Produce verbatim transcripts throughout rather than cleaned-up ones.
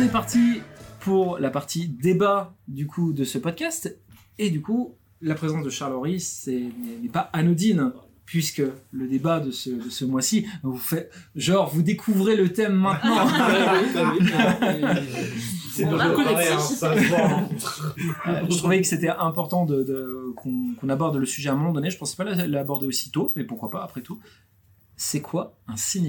c'est parti pour la partie débat du coup de ce podcast. Et du coup, la présence de Charles-Henri c'est, n'est pas anodine, puisque le débat de ce, de ce mois-ci, vous fait, genre, vous découvrez le thème maintenant. C'est on a hein, ça se voit, hein. Je trouvais que c'était important de, de, qu'on, qu'on aborde le sujet à un moment donné. Je pensais pas l'aborder aussitôt, mais pourquoi pas, après tout. C'est quoi un cinéphile ?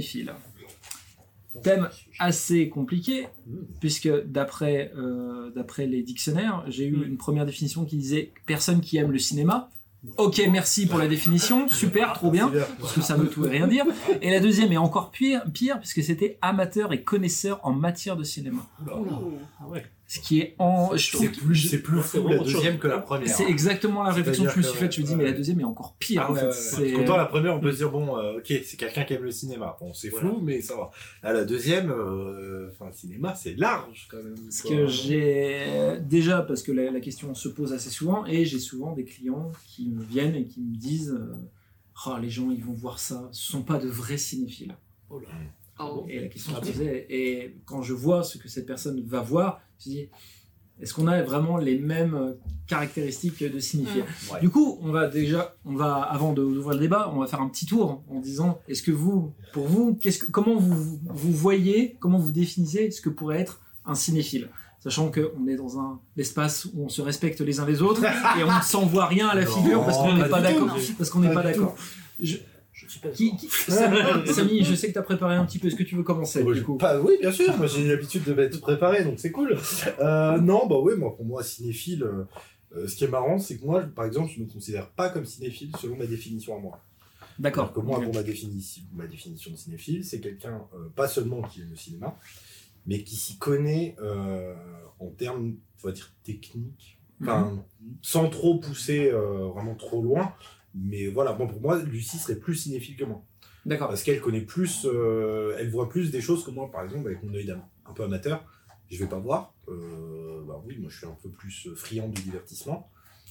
Thème assez compliqué, puisque d'après, euh, d'après les dictionnaires, j'ai eu une première définition qui disait « personne qui aime le cinéma ». Ok, merci pour la définition, super, trop bien, parce que ça veut tout et rien dire. Et la deuxième est encore pire, pire puisque c'était amateur et connaisseur en matière de cinéma. Oh. Ah ouais. Ce qui est en... Je c'est plus, c'est plus fou la deuxième que la première. C'est exactement la réflexion que je me suis faite. Je me dis, mais la deuxième est encore pire. Ah ouais, en fait. ouais, ouais. Pourtant, la première, on peut se dire, bon, euh, ok, c'est quelqu'un qui aime le cinéma. Bon, c'est flou, voilà. Mais ça va. Là, la deuxième, euh, enfin, le cinéma, c'est large, quand même. Parce que j'ai... Déjà, parce que la, la question se pose assez souvent, et j'ai souvent des clients qui me viennent et qui me disent, euh, oh, les gens, ils vont voir ça. Ce sont pas de vrais cinéphiles. Oh là. Oh. Et la question se posait, et quand je vois ce que cette personne va voir, je dis, est-ce qu'on a vraiment les mêmes caractéristiques de cinéphile ? Mmh. Ouais. Du coup, on va déjà, on va, avant de, d'ouvrir le débat, on va faire un petit tour en disant, est-ce que vous, pour vous, qu'est-ce que, comment vous, vous voyez, comment vous définissez ce que pourrait être un cinéphile ? Sachant qu'on est dans un espace où on se respecte les uns les autres et on ne s'envoie rien à la non, figure parce qu'on n'est pas, pas d'accord. Parce qu'on n'est pas, pas d'accord. Je, Qui, qui, Samy, Samy, je sais que tu as préparé un petit peu. Est-ce que tu veux commencer ouais, du coup pas, Oui, bien sûr. Moi, j'ai l'habitude de m'être préparé, donc c'est cool. Euh, non, bah oui, moi, pour moi, cinéphile, euh, ce qui est marrant, c'est que moi, par exemple, je ne me considère pas comme cinéphile selon ma définition à moi. D'accord. Alors que moi, pour ma définition, ma définition de cinéphile, c'est quelqu'un, euh, pas seulement qui aime le cinéma, mais qui s'y connaît euh, en termes, on va dire, techniques. Enfin, mm-hmm. sans trop pousser euh, vraiment trop loin. Mais voilà, bon, pour moi, Lucie serait plus cinéphile que moi. D'accord. Parce qu'elle connaît plus, euh, elle voit plus des choses que moi, par exemple, avec mon œil un peu amateur, je vais pas voir. Euh, bah oui, moi je suis un peu plus friand du divertissement.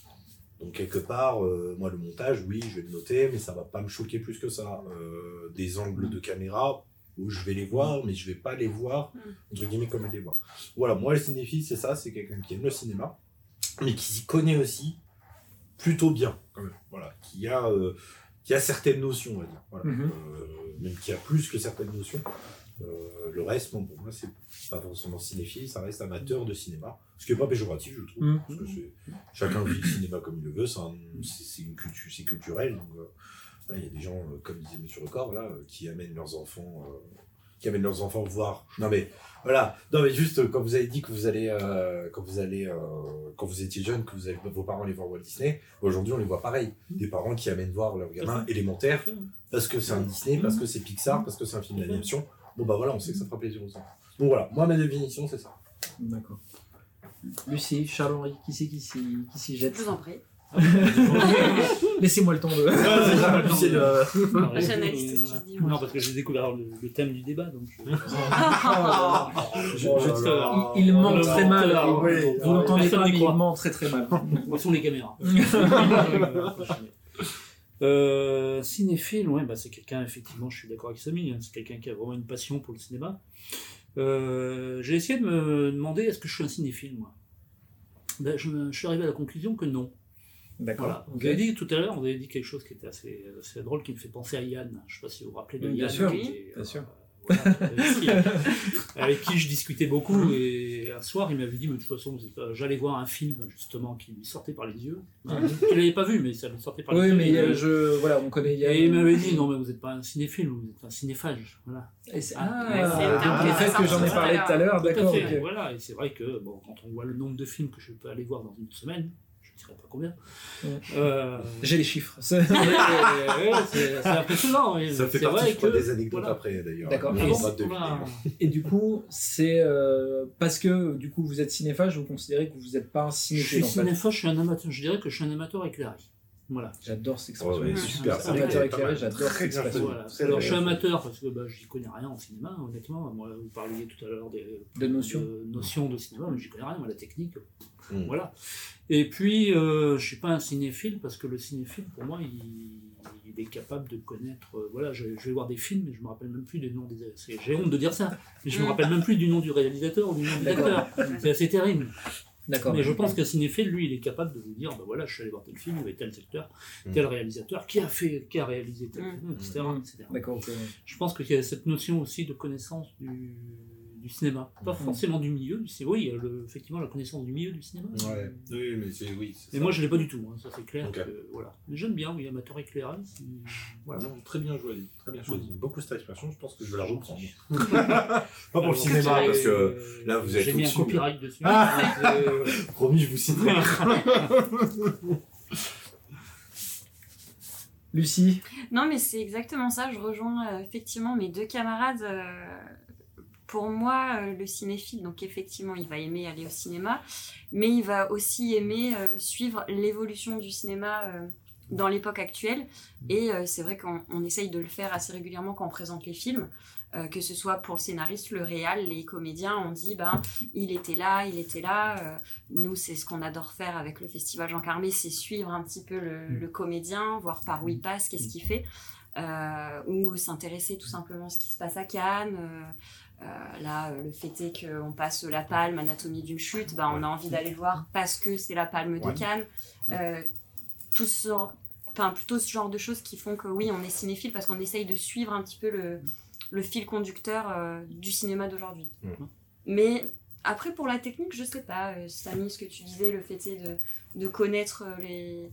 Donc quelque part, euh, moi le montage, oui, je vais le noter, mais ça va pas me choquer plus que ça. Euh, des angles de caméra, où je vais les voir, mais je vais pas les voir, entre guillemets, comme elle les voit. Voilà, moi le cinéphile, c'est ça, c'est quelqu'un qui aime le cinéma, mais qui s'y connaît aussi plutôt bien, quand même. Voilà, qui a, euh, qui a certaines notions, on va dire. Voilà. Mm-hmm. Euh, même qui a plus que certaines notions. Euh, le reste, bon, pour moi, c'est pas forcément cinéphile, ça reste amateur de cinéma. Ce qui n'est pas péjoratif, je trouve. Mm-hmm. Parce que c'est, chacun vit le cinéma comme il le veut, c'est, un, c'est, c'est, une culture, c'est culturel. Donc, euh, là, il y a des gens, euh, comme disait Monsieur Record, là, euh, qui amènent leurs enfants. Euh, qui amènent leurs enfants voir. Non mais voilà. Non mais juste quand vous avez dit que vous allez, euh, quand vous allez, euh, quand vous étiez jeune, que vous avez vos parents allaient voir Walt Disney. Aujourd'hui, on les voit pareil. Des parents qui amènent voir leurs gamins élémentaires parce que c'est un Disney, parce que c'est Pixar, parce que c'est un film d'animation. Bon bah voilà, on sait que ça fera plaisir aux enfants. Donc voilà, moi ma définition c'est ça. D'accord. Lucie, Charles-Henri, qui c'est qui s'y, qui s'y jette ? Je vous en prie. Laissez-moi le temps de. C'est le. J'analyse tout ce qu'il dit. Non, parce que j'ai découvert le, le thème du débat, donc. Je... je, je, je, il, il ment le très mal. Là, oui. Vous l'entendez pas, mais il ment très très mal. Où sont les caméras? euh, cinéphile, ouais, bah c'est quelqu'un, effectivement, je suis d'accord avec Samy, hein, c'est quelqu'un qui a vraiment une passion pour le cinéma. Euh, j'ai essayé de me demander est-ce que je suis un cinéphile, moi. Ben, je, me, je suis arrivé à la conclusion que non. D'accord. Voilà. Vous avez dit tout à l'heure, vous avez dit quelque chose qui était assez, assez drôle, qui me fait penser à Yann. Je ne sais pas si vous vous rappelez de oui, Yann. Bien sûr, qui était, bien euh, sûr. Voilà, avec, qui, avec qui je discutais beaucoup, et un soir il m'avait dit mais de toute façon j'allais voir un film justement qui lui sortait par les yeux. Je l'avais pas vu mais ça lui sortait par les oui, yeux. Oui mais je voilà on connaît Yann. Et il m'avait dit non mais vous n'êtes pas un cinéphile, vous êtes un cinéphage. Voilà. Et c'est, ah, ah, le fait que j'en ai parlé tout à l'heure, d'accord. Fait, okay. Voilà, et c'est vrai que bon quand on voit le nombre de films que je peux aller voir dans une semaine. Je ne dirais pas combien. Ouais. Euh... J'ai les chiffres. C'est, c'est, c'est impressionnant. Oui. Ça fait c'est partie vrai que... des anecdotes voilà. après d'ailleurs. D'accord. Et, voilà. et du coup, c'est euh, parce que du coup vous êtes cinéphage, vous considérez que vous n'êtes pas un cinéphile. Je suis cinéphage, je suis un amateur. Je dirais que je suis un amateur éclairé. Voilà. J'adore cette expression. Oh, ouais, super. C'est amateur éclairé, j'adore cette expression. Voilà. Alors je suis amateur parce que bah, je n'y connais rien en cinéma, honnêtement. Moi, vous parliez tout à l'heure des de notions de, notions de cinéma, mais je n'y connais rien, moi, la technique. Mm. Voilà. Et puis, euh, je ne suis pas un cinéphile parce que le cinéphile, pour moi, il, il est capable de connaître. Euh, voilà, je, je vais voir des films, mais je me rappelle même plus des noms des. c'est- J'ai honte de dire ça, mais je me rappelle même plus du nom du réalisateur ou du nom de l'acteur. C'est assez terrible. D'accord. Mais je pense qu'un cinéphile, lui, il est capable de vous dire, bah voilà, je suis allé voir tel film avec tel acteur, tel réalisateur, qui a fait, qui a réalisé tel film, et cetera, et cetera. D'accord, ok. Je pense qu'il y a cette notion aussi de connaissance du, du cinéma. Pas forcément du milieu du cinéma. Oui, il y a le- effectivement la connaissance du milieu du cinéma. Ouais. Oui, mais c'est oui. c'est Et ça. moi, je l'ai pas du tout, hein, ça c'est clair. Ok. Que, voilà. Mais j'aime bien, oui, amateur éclairé. c'est- Voilà. Non, très bien choisi, très bien choisi. J'aime beaucoup cette expression, je pense que je vais la reprendre. Alors, Pas pour le cinéma, parce que là, vous êtes J'ai mis un au-dessus, copyright dessus. Ah Euh, promis, je vous citerai. Lucie. Non, mais c'est exactement ça. Je rejoins euh, effectivement mes deux camarades. euh, pour moi, euh, le cinéphile, donc effectivement, il va aimer aller au cinéma, mais il va aussi aimer euh, suivre l'évolution du cinéma euh, dans l'époque actuelle. Et euh, c'est vrai qu'on on essaye de le faire assez régulièrement quand on présente les films. Euh, que ce soit pour le scénariste, le réal, les comédiens, on dit ben il était là, il était là. Euh, nous, c'est ce qu'on adore faire avec le festival Jean Carmé, c'est suivre un petit peu le, le comédien, voir par où il passe, qu'est-ce qu'il fait, euh, ou s'intéresser tout simplement à ce qui se passe à Cannes. Euh, euh, là, euh, le fait est qu'on passe la Palme, Anatomie d'une chute, ben on a envie d'aller le voir parce que c'est la Palme de Ouais. Cannes. Euh, tout ce genre, enfin plutôt ce genre de choses qui font que oui, on est cinéphile parce qu'on essaye de suivre un petit peu le le fil conducteur euh, du cinéma d'aujourd'hui. Mmh. Mais après, pour la technique, je sais pas, euh, Samy, ce que tu disais, le fait est de, de connaître euh, les,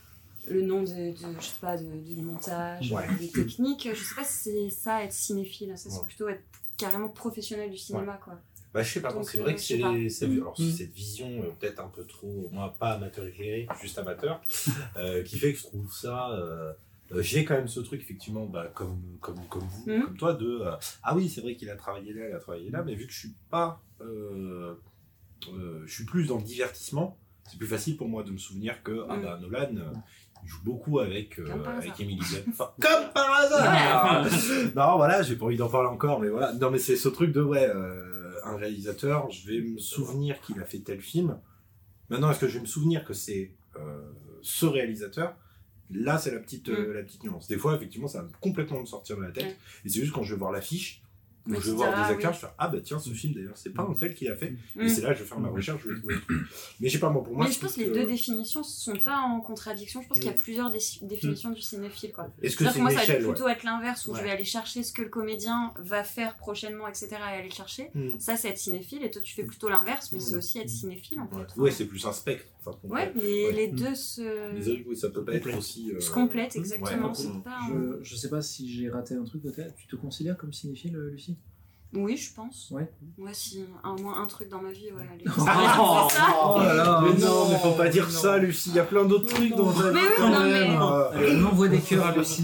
le nom de, de, je sais pas, de, du montage, Ouais. euh, des techniques, je sais pas si c'est ça, être cinéphile, ça c'est Ouais. plutôt être carrément professionnel du cinéma, quoi. Bah, je sais pas, Donc, c'est vrai euh, que je sais pas. c'est c'est- Mm. alors, Mm. c'est cette vision euh, peut-être un peu trop, moi pas amateur éclairé, juste amateur, euh, qui fait que je trouve ça. Euh, euh, j'ai quand même ce truc, effectivement, bah, comme, comme, comme vous, Mm. comme toi, de euh, ah oui, c'est vrai qu'il a travaillé là, il a travaillé là, mais vu que je suis pas. Euh, euh, je suis plus dans le divertissement, c'est plus facile pour moi de me souvenir que ah Mm. bah, Nolan. euh, il joue beaucoup avec, euh, Comme par avec hasard. Emily Blunt. Enfin, comme par hasard Non, voilà, j'ai pas envie d'en parler encore, mais voilà. Non, mais c'est ce truc de, ouais, euh, un réalisateur, je vais me souvenir qu'il a fait tel film. Maintenant, est-ce que je vais me souvenir que c'est euh, ce réalisateur? Là, c'est la petite, euh, la petite nuance. Des fois, effectivement, ça va complètement me sortir de la tête. Ouais. Et c'est juste quand je vais voir l'affiche, où Ouais, je tu vais voir dis, ah, des acteurs, oui. je fais ah bah tiens, ce film d'ailleurs, c'est pas un tel qui l'a fait. Mm. Et c'est là que je vais faire ma recherche, je vais trouver le truc. Mais je sais pas, moi, pour moi. Mais je pense que les trouve deux que- définitions sont pas en contradiction. Je pense qu'il y a plusieurs dé- définitions du cinéphile, quoi. Est-ce que C'est-à-dire c'est que moi, une ça va échelle, plutôt être l'inverse, où Ouais. je vais aller chercher ce que le comédien va faire prochainement, et cetera, et aller le chercher. ouais. Ça, c'est être cinéphile, et toi, tu fais plutôt l'inverse, mais Mm. c'est aussi être cinéphile, en Ouais, fait. ouais, c'est plus un spectre. Enfin, qu'on Ouais, fait. les, Ouais. les deux se, Les autres, oui, ça peut pas être aussi. euh, se complètent, exactement. ouais, c'est ouais. pas un- Je, je sais pas si j'ai raté un truc peut-être. Tu te considères comme cinéphile, euh, Lucie? Oui, je pense. Ouais. Ouais, si un moins un truc dans ma vie, ouais. Allez. Oh, C'est ça. Oh là là, Mais non, mais faut pas dire non. ça, Lucie. Il y a plein d'autres trucs dans ta vie Mais oui, quand non, mais- même. Euh, Allez, on envoie des cœurs à Lucie.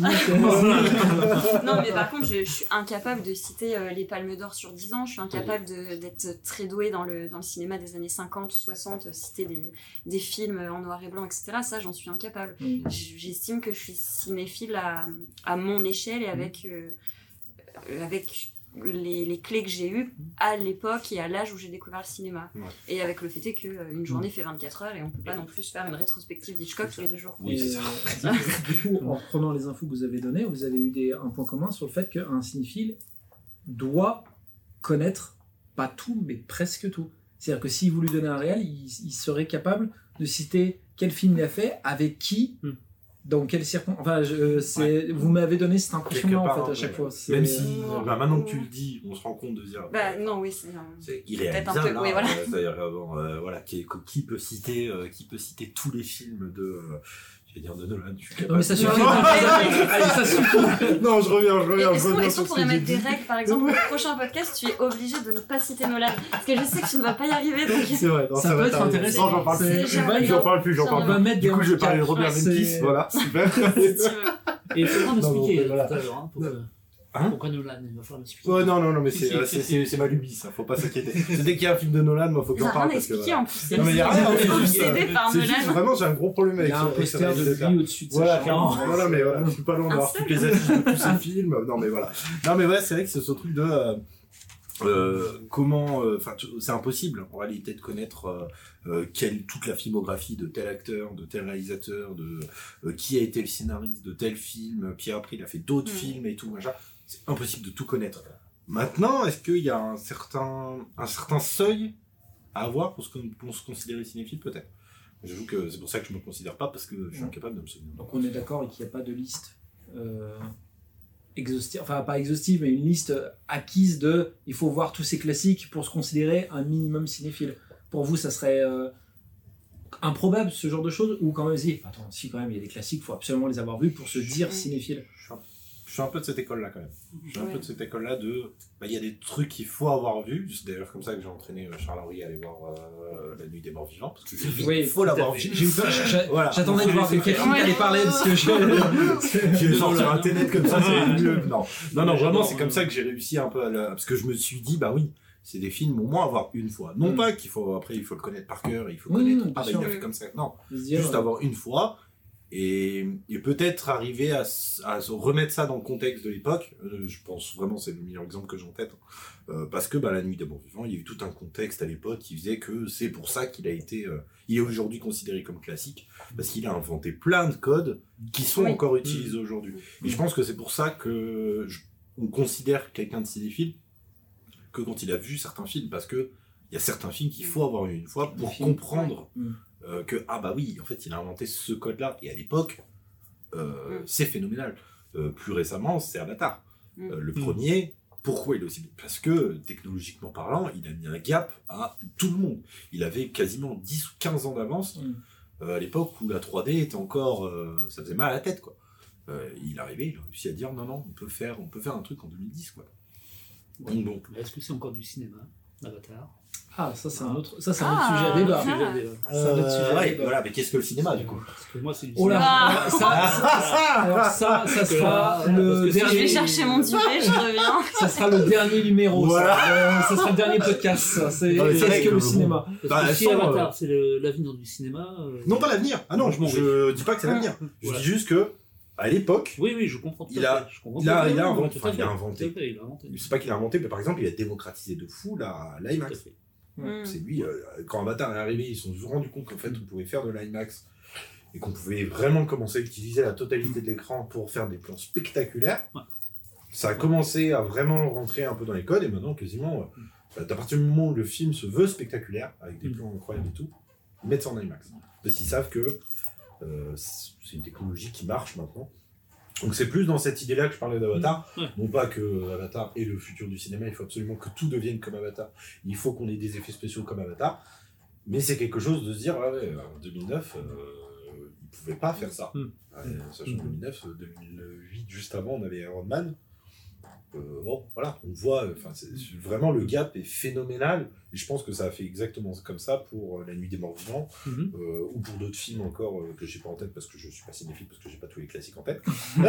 Non, mais par contre, je, je suis incapable de citer euh, les Palmes d'Or sur dix ans. Je suis incapable de- d'être très douée dans le, dans le cinéma des années cinquante, soixante, citer des, des films en noir et blanc, et cetera. Ça, j'en suis incapable. Mm. J- J'estime que je suis cinéphile à, à mon échelle et avec, euh, euh, avec les, les clés que j'ai eues à l'époque et à l'âge où j'ai découvert le cinéma. Ouais. Et avec le fait est qu'une journée fait vingt-quatre heures et on peut pas non plus faire une rétrospective d'Hitchcock tous les deux jours. Oui, Et, c'est ça. euh, du coup, en reprenant les infos que vous avez données, vous avez eu des, un point commun sur le fait qu'un cinéphile doit connaître pas tout, mais presque tout. C'est-à-dire que si vous lui donnez un réel, il, il serait capable de citer quel film il a fait, avec qui, Hmm. dans quelles circonstances. Enfin, je, c'est, vous m'avez donné cette impression-là Quelque en part, fait à ouais. chaque fois. C'est- Même si, Ouais. bah, maintenant que tu le dis, on se rend compte de dire. Bah non, oui, c'est... C'est Peut-être irréalisable. un peu, là, oui, voilà. euh, C'est-à-dire, euh, bon, euh, voilà, qui, qui peut citer, euh, qui peut citer tous les films de, euh, je vais dire de Nolan. Je suis Non, mais ça capable. suffit. Non, non, mais- Allez, ça suffit. Non, je reviens, je reviens. Est-ce je qu'on reviens est-ce qu'on sur ce pourrait que j'ai mettre des dit. règles, par exemple, pour le prochain podcast, tu es obligé de ne pas citer Nolan. Parce que je sais que tu ne vas pas y arriver, donc... C'est vrai, non, Ça ça, peut va être t'arriver. intéressant. Non, j'en parle C'est- plus. j'aimerais J'en bien. parle plus, j'en parle On plus. va mettre Du des coup, je vais parler de Robert handicaps. Zemeckis, C'est- voilà, super. Si tu veux. Et il faudra Non, m'expliquer mais voilà. tout à l'heure, hein, pour, Non. euh, Hein pourquoi Nolan, il va falloir m'expliquer. Ouais, non, non, non, mais Si, c'est, si, euh, si, c'est, si. c'est, c'est ma lubie, ça, faut pas s'inquiéter. C'est dès qu'il y a un film de Nolan, moi, faut que Il j'en n'a parle. rien à parce que, expliquer voilà. en plus. C'est Non, mais il y a rien, c'est c'est juste juste, obsédé par C'est juste, Nolan. vraiment, j'ai un gros problème Il avec y a ce- un avec ce poster de réalisateur. lui au-dessus de sa Voilà, chambre. clairement. Voilà, mais voilà, je suis pas loin d'avoir Un toutes les affiches de tous ces films. Non, mais voilà. Non, mais ouais, c'est vrai que c'est ce truc de, euh, Euh, comment, enfin, euh, c'est impossible en réalité de connaître euh, euh, quelle, toute la filmographie de tel acteur, de tel réalisateur, de euh, qui a été le scénariste de tel film, puis après il a fait d'autres mmh. films et tout, machin. C'est impossible de tout connaître. Maintenant, est-ce qu'il y a un certain, un certain seuil à avoir pour se, pour se considérer cinéphile, peut-être. J'avoue que c'est pour ça que je me considère pas, parce que je suis incapable de me souvenir. Donc on est d'accord qu'il n'y a pas de liste euh, exhaustive, enfin pas exhaustive, mais une liste acquise de il faut voir tous ces classiques pour se considérer un minimum cinéphile. Pour vous, ça serait euh, improbable ce genre de choses, ou quand même, si, attends, si quand même il y a des classiques, il faut absolument les avoir vus pour se dire cinéphile. Je suis un peu de cette école-là quand même. Je suis ouais. un peu de cette école-là de... Bah, il y a des trucs qu'il faut avoir vus. C'est d'ailleurs comme ça que j'ai entraîné Charles-Henri à aller voir euh, La Nuit des Morts Vivants. Parce que oui, il faut l'avoir vu. J'ai eu peur. Voilà. J'attendais de voir de quel film t'allais parler parce que je... je vais sortir un ténet comme ça, c'est mieux. Non, non, non, vraiment, c'est comme ça que j'ai réussi un peu à la... Parce que je me suis dit, bah oui, c'est des films au moins à voir une fois. Non mm. pas qu'il faut... Après, il faut le connaître par cœur, il faut connaître... Mm, ah, bah, il a fait comme ça. Non, juste avoir une fois... Et, et peut-être arriver à, à remettre ça dans le contexte de l'époque. Euh, je pense vraiment c'est le meilleur exemple que j'ai en tête. Euh, parce que bah, La Nuit des Morts Vivants, il y a eu tout un contexte à l'époque qui faisait que c'est pour ça qu'il a été... Euh, il est aujourd'hui considéré comme classique, parce qu'il a inventé plein de codes qui sont oui. encore utilisés mmh. aujourd'hui. Et je pense que c'est pour ça que je, on considère quelqu'un de cinéphile que quand il a vu certains films, parce que il y a certains films qu'il faut avoir vu une fois pour films, comprendre... Ouais. Mmh. Euh, que ah bah oui en fait il a inventé ce code là et à l'époque euh, mm. c'est phénoménal. Euh, plus récemment c'est Avatar. mm. euh, le premier, pourquoi il est aussi bien, parce que technologiquement parlant il a mis un gap à tout le monde. Il avait quasiment dix ou quinze ans d'avance mm. euh, à l'époque où la trois D était encore euh, ça faisait mal à la tête quoi. Euh, il arrivait, il a réussi à dire non non on peut faire on peut faire un truc en deux mille dix quoi. Ouais. Donc, donc est-ce que c'est encore du cinéma Avatar? Ah, ça c'est un autre, ça c'est un autre sujet à débat. Ah. C'est un autre sujet à débat. Voilà, mais qu'est-ce que le cinéma du coup? Parce que moi c'est du cinéma. Oh là, ah. ça, ça, ça, alors ça, ça sera là, le dernier. Je vais chercher mon duvet, je reviens. Ça sera le dernier numéro. Voilà. Ça, euh, ça sera le dernier podcast. Ça. C'est qu'est-ce que le cinéma? Parce que si Avatar, c'est l'avenir du cinéma. Euh... Non, pas l'avenir. Ah non, je, je dis pas que c'est l'avenir. Je dis juste que. À l'époque, oui, oui, je comprends. Il a, il a, il a inventé. Enfin, il a inventé. C'est pas qu'il a inventé, mais par exemple, il a démocratisé de fou la l'IMAX. Mmh. C'est lui, euh, quand Avatar est arrivé, ils se sont rendus compte qu'en fait, on pouvait faire de l'IMAX et qu'on pouvait vraiment commencer à utiliser la totalité de l'écran pour faire des plans spectaculaires. Ouais. Ça a commencé à vraiment rentrer un peu dans les codes et maintenant, quasiment, euh, à partir du moment où le film se veut spectaculaire, avec des mmh. plans incroyables et tout, ils mettent ça en IMAX. Parce qu'ils savent que euh, c'est une technologie qui marche maintenant. Donc c'est plus dans cette idée-là que je parlais d'Avatar. Mmh. Ouais. Non pas que Avatar est le futur du cinéma, il faut absolument que tout devienne comme Avatar. Il faut qu'on ait des effets spéciaux comme Avatar. Mais c'est quelque chose de se dire, ah ouais, en deux mille neuf, euh, ils ne pouvaient pas faire ça. Mmh. Ouais, sachant mmh. deux mille neuf, deux mille huit, juste avant, on avait Iron Man. Euh, bon, voilà, on voit, enfin, c'est, vraiment le gap est phénoménal. Et je pense que ça a fait exactement comme ça pour La Nuit des Morts Vivants, mm-hmm. euh, ou pour d'autres films encore euh, que j'ai pas en tête parce que je suis pas cinéphile, parce que j'ai pas tous les classiques en tête.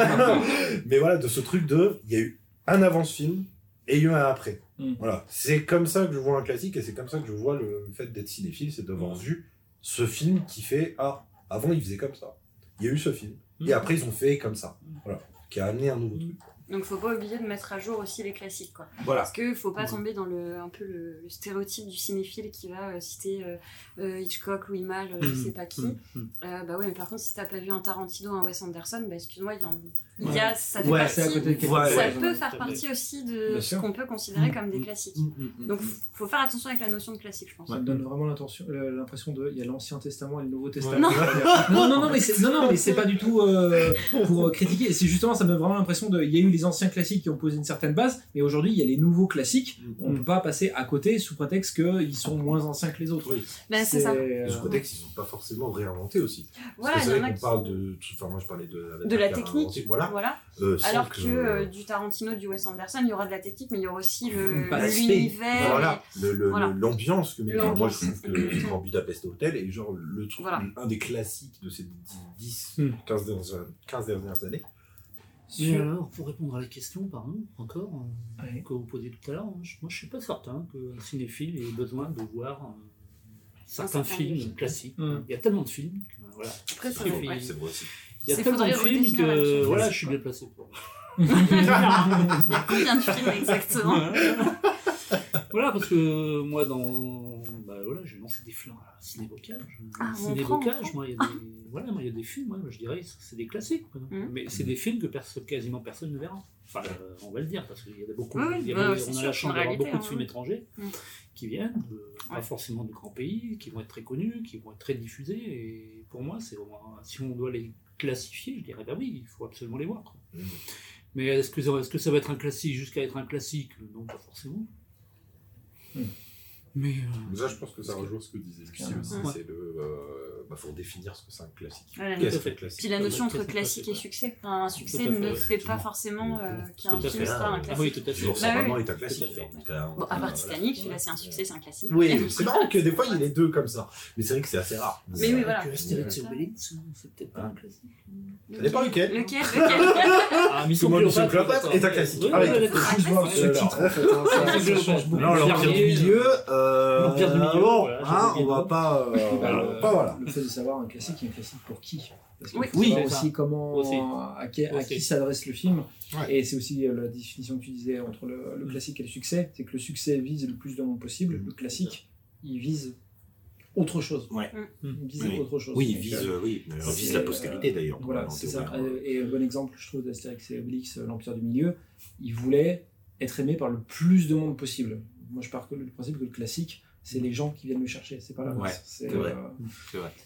Mais voilà, de ce truc de, il y a eu un avant ce film et il y a eu un après. Mm. Voilà, c'est comme ça que je vois un classique et c'est comme ça que je vois le fait d'être cinéphile, c'est d'avoir mm. vu ce film qui fait, ah, avant il faisait comme ça. Il y a eu ce film mm. et après ils ont fait comme ça. Voilà, qui a amené un nouveau mm. truc. Donc faut pas oublier de mettre à jour aussi les classiques quoi. Voilà. Parce que faut pas tomber dans le un peu le, le stéréotype du cinéphile qui va euh, citer euh, euh, Hitchcock, Louis Malle, euh, je sais pas qui. Mmh. Euh, bah ouais mais par contre si t'as pas vu un Tarantino, un Wes Anderson, bah excuse-moi il y, en, il y a ça fait ouais, partie, à côté de ça ouais, peut ouais, faire partie aussi de ce qu'on peut considérer mmh. comme des classiques. Mmh. Donc faut faire attention avec la notion de classique je pense. Ça me donne vraiment l'impression de il y a l'Ancien Testament et le Nouveau Testament. Ouais. Non. non non non mais c'est non non mais c'est pas du tout euh, pour critiquer. C'est justement ça me donne vraiment l'impression de il y a eu les anciens classiques qui ont posé une certaine base, mais aujourd'hui il y a les nouveaux classiques, mmh. on ne peut pas passer à côté sous prétexte qu'ils sont moins anciens que les autres. Oui. Ben, c'est, c'est ça. Euh... Sous prétexte qu'ils ne sont pas forcément réinventés aussi. Voilà, parce que c'est vrai qu'on qui... parle de... Enfin moi je parlais de... De la technique, voilà. voilà. Euh, Alors que, que euh, du Tarantino, du Wes Anderson, il y aura de la technique, mais il y aura aussi le, l'univers. Voilà, et... le, le, voilà. l'ambiance que l'ambiance. Moi je trouve que Grand Budapest Hotel est genre le truc, voilà. un des classiques de ces dix, quinze dernières années. Et alors, pour répondre à la question, pardon, encore, euh, ouais. que vous posiez tout à l'heure, moi je ne suis pas certain qu'un cinéphile ait besoin de voir euh, certains films film. classiques. Mmh. Il y a tellement de films que, voilà. Après, c'est vrai. Ouais. C'est vrai aussi. Il y a c'est tellement de films que, voilà, je suis bien placé pour. Il y a combien de films exactement? Voilà, parce que moi, dans. Bah voilà, j'ai lancé des films à ciné-bocage. Ah, on Ciné-bocage, prend, on moi, il y a des. Voilà, moi, il y a des films, ouais, je dirais, c'est des classiques. quoi. Mhm. Mais c'est des films que perso- quasiment personne ne verra. Enfin, euh, on va le dire, parce qu'il y a beaucoup. Oui, oui, il y a- bah, on c'est a sûr, la c'est chance une d'avoir réalité, beaucoup de hein, films oui. étrangers Mhm. qui viennent, de- pas Ouais. forcément de grands pays, qui vont être très connus, qui vont être très diffusés. Et pour moi, c'est vraiment. Si on doit les classifier, je dirais, bah oui, il faut absolument les voir. quoi. Mhm. Mais est-ce que, ça- est-ce que ça va être un classique jusqu'à être un classique? Non, pas forcément. Hmm. Mais. euh, Mais ça, je pense que ça rejoint ce que disait Lucie Ouais. aussi. Ouais. C'est le. Euh, bah, faut définir ce que c'est un classique. Voilà, Qu'est-ce tout à qu'un fait. classique? Puis la notion Ouais, entre tout à classique fait, et ouais. succès. Enfin, un succès Tout à fait, ne ouais, fait pas effectivement. forcément euh, qu'un Tout à film fait. sera un Ah classique. oui, tout à fait. Toujours Bah ça, oui. vraiment, est un Tout à classique. fait. en tout cas. Bon, à part Voilà. Titanic, celui-là c'est un succès, c'est un classique. Oui, c'est marrant que des fois il y ait les deux comme ça. Mais c'est vrai que c'est assez rare. Mais oui, voilà. Que Astérix et Obélix, c'est peut-être pas un classique. Ça dépend lequel. Lequel Lequel Ah, Mission Cléopâtre est un classique. Oui, Ah oui, oui, d'accord. d'accord. Juste voir ce Alors, titre en fait. hein, ça- ça change beaucoup. Non, l'Empire du Milieu, euh, L'Empire du Milieu, bon, voilà, hein, j'ai on va oublié. pas, euh, Bah, on va le, pas, voilà. le fait de savoir un classique, un classique pour qui Parce qu'il Oui. faut Oui, savoir c'est ça. aussi comment, Aussi. à, qui, à Aussi. qui s'adresse le film. Ouais. Et c'est aussi euh, la définition que tu disais entre le, le classique et le succès. C'est que le succès vise le plus de monde possible. Le classique, il vise autre chose. Ouais. Il vise Oui. autre chose. Oui, il Donc, vise, euh, euh, oui, mais on c'est, vise la postérité euh, d'ailleurs. Voilà, en c'est théorie, ça. hein. Euh, Et un bon exemple, je trouve, d'Astérix et Obélix, euh, l'Empire du Milieu, il voulait être aimé par le plus de monde possible. Moi, je pars que du principe que le classique, c'est les gens qui viennent le chercher. C'est pas la Ouais, masse. c'est vrai. euh, C'est vrai.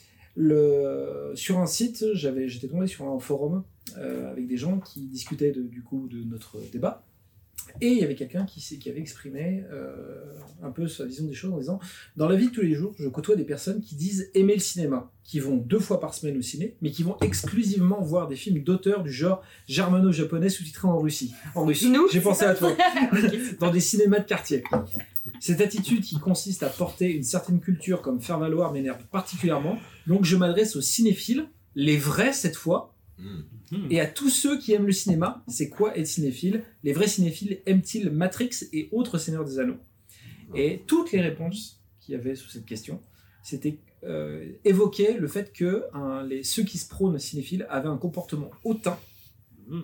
le, sur un site, j'avais, j'étais tombé sur un forum euh, avec des gens qui discutaient de, du coup de notre débat. Et il y avait quelqu'un qui, s'est- qui avait exprimé euh, un peu sa vision des choses en disant « Dans la vie de tous les jours, je côtoie des personnes qui disent aimer le cinéma, qui vont deux fois par semaine au ciné, mais qui vont exclusivement voir des films d'auteurs du genre germano-japonais sous-titrés en Russie. En Russie. Nous, J'ai c'est pensé ça. à toi. Ok. Dans des cinémas de quartier. Cette attitude qui consiste à porter une certaine culture comme faire valoir m'énerve particulièrement. Donc je m'adresse aux cinéphiles, les vrais cette fois, Mmh. et à tous ceux qui aiment le cinéma. C'est quoi être cinéphile? Les vrais cinéphiles aiment-ils Matrix et autres Seigneurs des Anneaux? Et toutes les réponses qu'il y avait sur cette question, c'était euh, évoquer le fait que hein, les, ceux qui se prônent cinéphiles avaient un comportement hautain Mmh.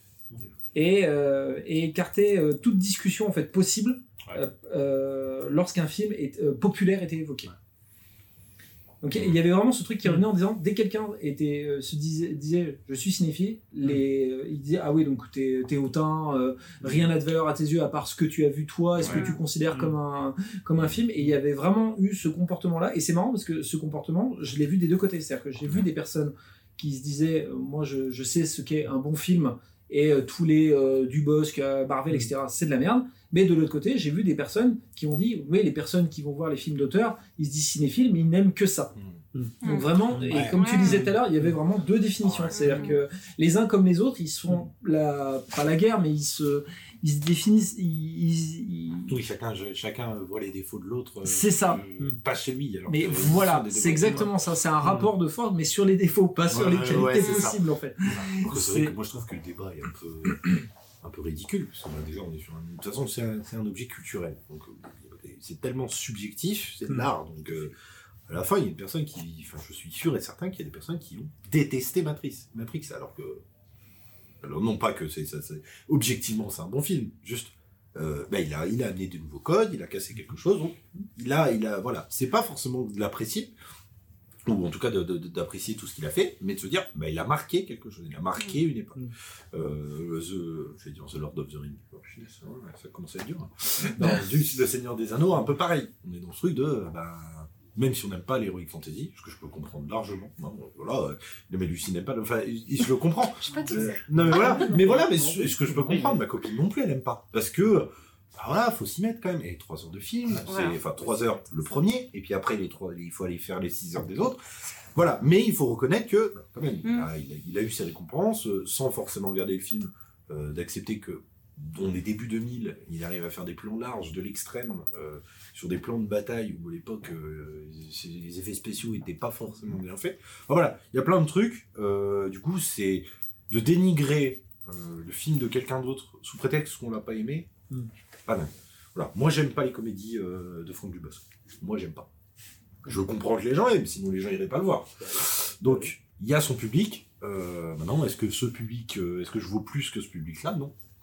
et, euh, et écarter euh, toute discussion en fait possible Ouais. euh, euh, lorsqu'un film est, euh, populaire était évoqué. Donc il y avait vraiment ce truc qui revenait en disant dès que quelqu'un était euh, se disait, disait je suis cinéphile, les euh, il disait ah oui donc t'es t'es hautain, euh, rien n'a de valeur à tes yeux à part ce que tu as vu toi, est-ce Ouais. que tu considères Mm. comme un comme un film. Et il y avait vraiment eu ce comportement là et c'est marrant parce que ce comportement je l'ai vu des deux côtés, c'est-à-dire que j'ai vu des personnes qui se disaient euh, moi je, je sais ce qu'est un bon film et euh, tous les euh, Dubosc, euh, Marvel, et cetera c'est de la merde. Mais de l'autre côté, j'ai vu des personnes qui ont dit oui, les personnes qui vont voir les films d'auteur, ils se disent cinéphiles, mais ils n'aiment que ça. Mmh. Donc vraiment, et Ouais. comme tu Ouais. disais tout à l'heure, il y avait vraiment deux définitions. Ouais. C'est-à-dire que les uns comme les autres, ils sont la, pas la guerre, mais ils se, ils se définissent. Ils, ils- ils- Oui, chacun, je- chacun voit les défauts de l'autre. euh, C'est ça. euh, Pas chez lui. Alors Mais que, euh, voilà, ce sont des c'est défauts exactement ça. C'est un rapport de force, mais sur les défauts, pas sur Ouais, les ouais, qualités ouais, c'est ça. possibles en fait. Alors que c'est vrai C'est- que moi je trouve que le débat est un peu, un peu ridicule. Parce qu'on a déjà, on est sur un... De toute façon, c'est un, c'est un objet culturel. Donc, euh, c'est tellement subjectif, c'est de Mm. l'art. Donc, euh, à la fin, il y a une personne qui. Enfin, je suis sûr et certain qu'il y a des personnes qui ont détesté Matrix. Matrix, alors que. Alors, non pas que c'est ça. c'est- Objectivement, c'est un bon film. Juste. Euh, ben, il, a, il a amené de nouveaux codes, il a cassé quelque chose. Donc, il a. Il a voilà. C'est pas forcément de l'apprécier. Ou en tout cas de- de- d'apprécier tout ce qu'il a fait, mais de se dire, bah, il a marqué quelque chose, il a marqué une époque. Mm. Euh, the, je vais dire The Lord of the Rings, oh, putain, ça, ouais, ça commence à être dur. Hein. Non, du Le Seigneur des Anneaux, un peu pareil. On est dans ce truc de, bah, même si on n'aime pas l'heroic fantasy, ce que je peux comprendre largement, non, voilà, euh, mais Lucie n'aime pas, le- enfin, il- il- je le comprends. Je sais pas tout Euh, ça. non mais voilà, mais voilà, mais ce, ce que je peux comprendre, ma copine non plus, elle aime pas, parce que. Bah voilà, faut s'y mettre quand même. Et trois heures de film, Voilà. c'est enfin trois heures le premier, et puis après les trois, il faut aller faire les six heures des autres. Voilà, mais il faut reconnaître que bah, quand même, il, a, il, a, il a eu ses récompenses, euh, sans forcément regarder le film, euh, d'accepter que dans les débuts deux mille, il arrive à faire des plans larges de l'extrême euh, sur des plans de bataille où à l'époque euh, c'est- les effets spéciaux n'étaient pas forcément bien faits. Enfin, voilà, il y a plein de trucs. Euh, du coup, c'est de dénigrer euh, le film de quelqu'un d'autre sous prétexte qu'on l'a pas aimé. Mm. Pas mal. Voilà. Moi, j'aime pas les comédies euh, de Franck Dubosc. Moi, j'aime pas. Je comprends que les gens aiment, sinon les gens iraient pas le voir. Donc, il y a son public. Euh, maintenant, est-ce que ce public, euh, est-ce que je vaux plus que ce public-là? Non.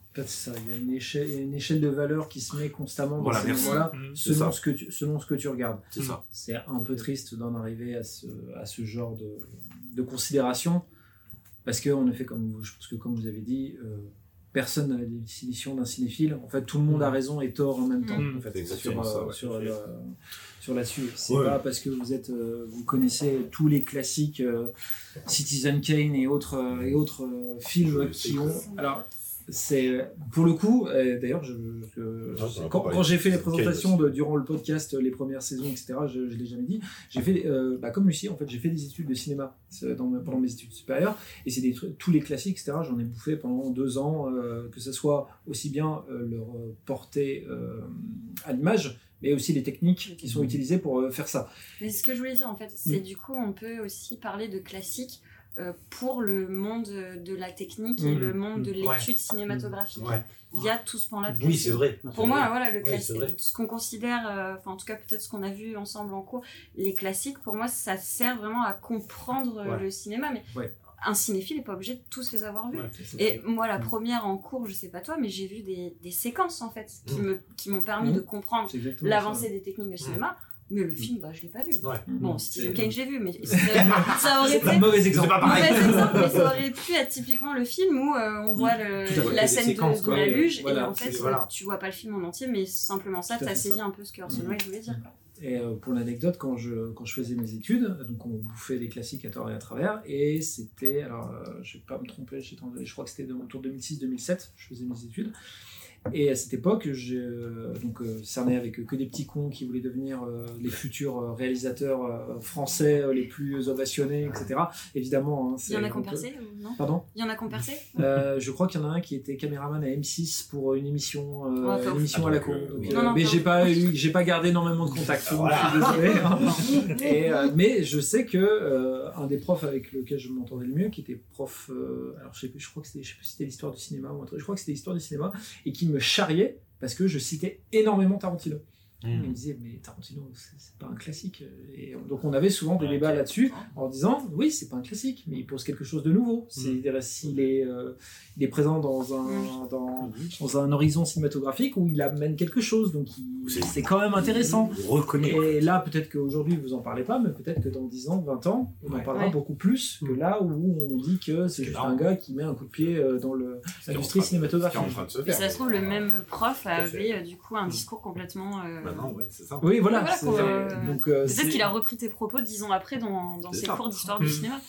En fait, c'est ça. Il y a une échelle, une échelle de valeur qui se met constamment dans Voilà, ces merci. moments-là, Mmh. C'est selon ça. ce, que tu, selon ce que tu regardes. C'est ça. C'est un peu triste d'en arriver à ce, à ce genre de, de considération, parce que, en effet, comme vous, je pense que comme vous avez dit, euh, personne n'a la définition d'un cinéphile. En fait, tout le monde a raison et tort en même temps. Mmh. En fait, C'est exactement sur, ça, euh, ouais. sur, le- sur là-dessus. C'est Ouais. pas parce que vous êtes, euh, vous connaissez tous les classiques euh, Citizen Kane et autres euh, et autres euh, films Je sais qui que- ont. Alors, c'est pour le coup. euh, D'ailleurs, je, je- Ah, ça va quand, pas quand j'ai fait les parler. présentations de, durant le podcast, les premières saisons, et cetera, je, je l'ai jamais dit. J'ai fait, euh, bah, comme Lucie, en fait, j'ai fait des études de cinéma euh, dans, mes- pendant mes études supérieures, et c'est des trucs, tous les classiques, et cetera. J'en ai bouffé pendant deux ans, euh, que ce soit aussi bien euh, leur euh, portée euh, à l'image, mais aussi les techniques qui sont utilisées pour euh, faire ça. Mais ce que je voulais dire en fait, c'est Mm. du coup on peut aussi parler de classique euh, pour le monde de la technique et Mm. le monde de Ouais. l'étude cinématographique. Ouais. Il y a tout ce pan-là de Oui, classique. c'est vrai. Pour moi, voilà, le Oui, classique, c'est vrai. ce qu'on considère, euh, enfin en tout cas peut-être ce qu'on a vu ensemble en cours, les classiques, pour moi, ça sert vraiment à comprendre euh, Ouais. le cinéma. Mais Ouais. un cinéphile n'est pas obligé de tous les avoir vus. Ouais. Et moi, la première en cours, je sais pas toi, mais j'ai vu des, des séquences en fait qui Mm. me qui m'ont permis Mm. de comprendre C'est exactement l'avancée des techniques de cinéma. Mais le film, bah, je l'ai pas vu. Ouais. ça. Bon, Mm. Citizen C'est- Kane, j'ai vu, mais ça, ça aurait C'est été un mauvais exemple. pas pareil. mauvais exemple, mais ça aurait pu être typiquement le film où euh, on voit le- Tout à fait. la Des scène séquences, de, de quoi. la luge Voilà, et en fait c'est- voilà. tu vois pas le film en entier, mais simplement ça, Tout à t'as fait saisi ça. un peu ce que Orson Mhm. Welles voulait dire. quoi. Et euh, pour l'anecdote, quand je, quand je faisais mes études, donc on bouffait des classiques à tort et à travers, et c'était, alors euh, je vais pas me tromper, j'étais en- je crois que c'était autour de deux mille six deux mille sept, je faisais mes études. Et à cette époque, j'ai euh, donc euh, cerné avec que des petits cons qui voulaient devenir euh, les futurs euh, réalisateurs euh, français euh, les plus ovationnés, et cetera. Évidemment. Hein, Il y en a c'est- qui ont percé ou non Pardon Il y en a qui ont percé euh, Je crois qu'il y en a un qui était caméraman à M six pour une émission, euh, Ouais, une pas émission ouf. à la Ah, con. donc, Donc, euh, euh, non, non, mais pas j'ai ouf. pas eu, j'ai pas gardé énormément de contacts. donc Voilà. Je suis désolé. hein. Et, euh, mais je sais que euh, un des profs avec lequel je m'entendais le mieux, qui était prof, euh, alors je sais plus, je crois que c'était, je sais plus si c'était l'histoire du cinéma ou un truc, je crois que c'était l'histoire du cinéma, et qui me charriait parce que je citais énormément Tarantino. Il me disait, mais Tarantino, c'est c'est pas un classique. Et donc on avait souvent des Ouais, débats ok. là-dessus en disant, oui, c'est pas un classique, mais il pose quelque chose de nouveau. C'est des récits, il est, euh, il est présent dans un, dans, dans un horizon cinématographique où il amène quelque chose, donc il- C'est- c'est quand même intéressant. On reconnaît. Et là, peut-être qu'aujourd'hui, vous en parlez pas, mais peut-être que dans dix ans, vingt ans, on en Ouais. parlera Ouais. beaucoup plus que là où on dit que c'est juste énorme. un gars qui met un coup de pied euh, dans le- Ce qui est en l'industrie train de- cinématographique. ce qui est en train de se Et faire. ça se trouve, le même prof à fait. avait euh, du coup un discours complètement. euh, Maintenant, ouais, c'est ça. Oui, voilà. Voilà, c'est- qu'on, euh, donc, euh, Peut-être c'est- qu'il a repris tes propos dix ans après dans, dans C'est ses ça. cours d'histoire du Mm. cinéma.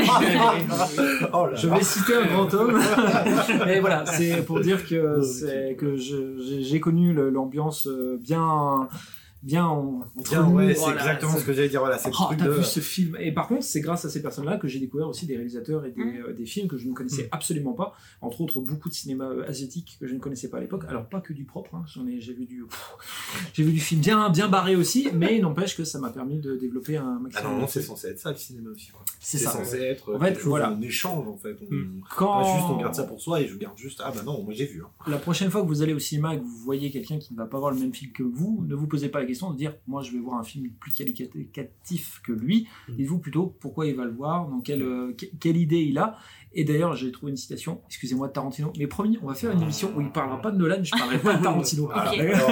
Oh là Je là. vais citer un grand homme. Mais voilà, c'est pour dire que, c'est, que je- j'ai, j'ai connu le- l'ambiance euh, bien, bien en- entre Bien, nous. ouais, c'est Voilà, exactement c'est- ce que j'allais dire. Voilà, c'est le Oh, truc t'as de. vu ce film. Et par contre, c'est grâce à ces personnes-là que j'ai découvert aussi des réalisateurs et des, Mm. euh, des films que je ne connaissais absolument pas. Entre autres, beaucoup de cinéma euh, asiatique que je ne connaissais pas à l'époque. Alors, pas que du propre, hein. J'en ai, j'ai vu du, pff, j'ai vu du film bien, bien barré aussi, mais il n'empêche que ça m'a permis de développer un Ah maximum. non, de non, c'est trucs. censé être ça le cinéma aussi. Quoi. C'est C'est ça. censé être En fait, quelque chose voilà. en échange en fait. On... Mm. Quand... Pas juste on garde ça pour soi et je garde juste ah bah non moi j'ai vu. Hein. La prochaine fois que vous allez au cinéma et que vous voyez quelqu'un qui ne va pas voir le même film que vous, ne vous posez pas la question de dire moi je vais voir un film plus qualitatif que lui. Mm. Dites-vous plutôt pourquoi il va le voir, dans quelle, euh, que- quelle idée il a. Et d'ailleurs, j'ai trouvé une citation, excusez-moi, de Tarantino, mais promis, on va faire une émission où il parlera pas de Nolan, je parlerai pas de Tarantino. Voilà.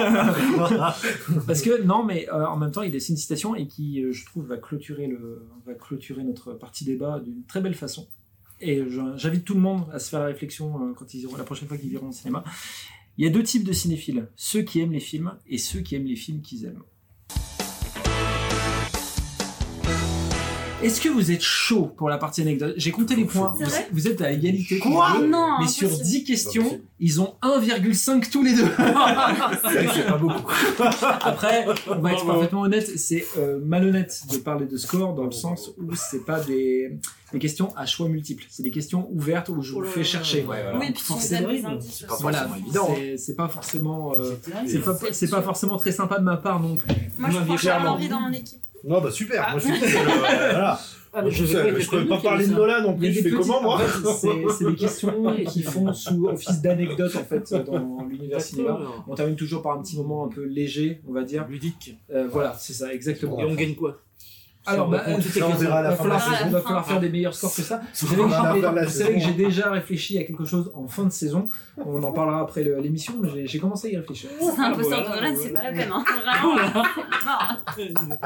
Ok. Parce que non, mais euh, en même temps, il est c'est une citation et qui, euh, je trouve, va clôturer le, va clôturer notre partie débat d'une très belle façon. Et je- j'invite tout le monde à se faire la réflexion euh, quand ils iront, la prochaine fois qu'ils iront au cinéma. Il y a deux types de cinéphiles, ceux qui aiment les films et ceux qui aiment les films qu'ils aiment. Est-ce que vous êtes chaud pour la partie anecdote? J'ai compté les points. C'est Vous, vrai vous êtes à égalité. tous Quoi les deux. Non, Mais sur impossible. dix questions, possible. ils ont un virgule cinq tous les deux. C'est pas beaucoup. Après, on va être parfaitement honnête, c'est euh, malhonnête de parler de score dans le sens où c'est pas des, des questions à choix multiples. C'est des questions ouvertes où je vous Oh là fais là. chercher. Ouais, voilà. Oui, puis tu nous C'est donnes des horrible. indices. C'est pas aussi. Voilà, forcément évident, hein. c'est, c'est pas forcément, euh, C'est terrible. c'est pas, C'est c'est pas sûr. forcément très sympa de ma part non plus. Moi, je Vous prends m'aviez Charles clairement Henry dit. dans mon équipe. Non bah super. Moi je suis tout seul. euh, voilà. Ah, Moi, mais je, je sais, vais pas je peux pas parler de Nolan non Il y a plus. Je des fais petits- comment moi en fait, c'est, c'est des questions qui font sous office d'anecdote en fait dans l'univers cinéma. On termine toujours par un petit moment un peu léger, on va dire. Ludique. Euh, voilà, c'est ça, exactement. Et on gagne quoi? Alors, bah, répond euh, toutes tes ça, on questions. verra à la va fin de la falloir, saison. va falloir faire des meilleurs scores que ça. Vous On savez que va j'ai- faire la vous savez que saison. j'ai déjà réfléchi à quelque chose en fin de saison. On en parlera après le- l'émission, mais j'ai- j'ai commencé à y réfléchir. C'est un imposteur de voilà, Nolan, c'est voilà. pas la peine. Hein. Vraiment, c'est mort.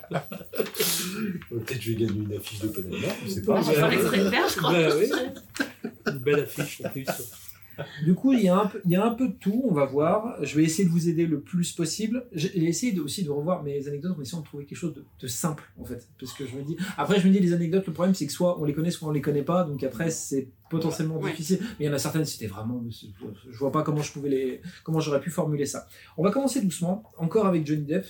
Euh, Peut-être je vais gagner une affiche de Panama, je sais Moi, pas. j'ai fait l'extrait de faire, je crois. Bah oui. Une belle affiche en plus. Du coup, il y, a un peu, il y a un peu de tout, on va voir. Je vais essayer de vous aider le plus possible. J'ai essayé de, aussi de revoir mes anecdotes en essayant de trouver quelque chose de, de simple, en fait. Parce que je me dis... Après, je me dis, les anecdotes, le problème, c'est que soit on les connaît, soit on les connaît pas. Donc après, c'est potentiellement Ouais. difficile. Mais il y en a certaines, c'était vraiment... Je vois pas comment je pouvais les... Comment j'aurais pu formuler ça. On va commencer doucement, encore avec Johnny Depp.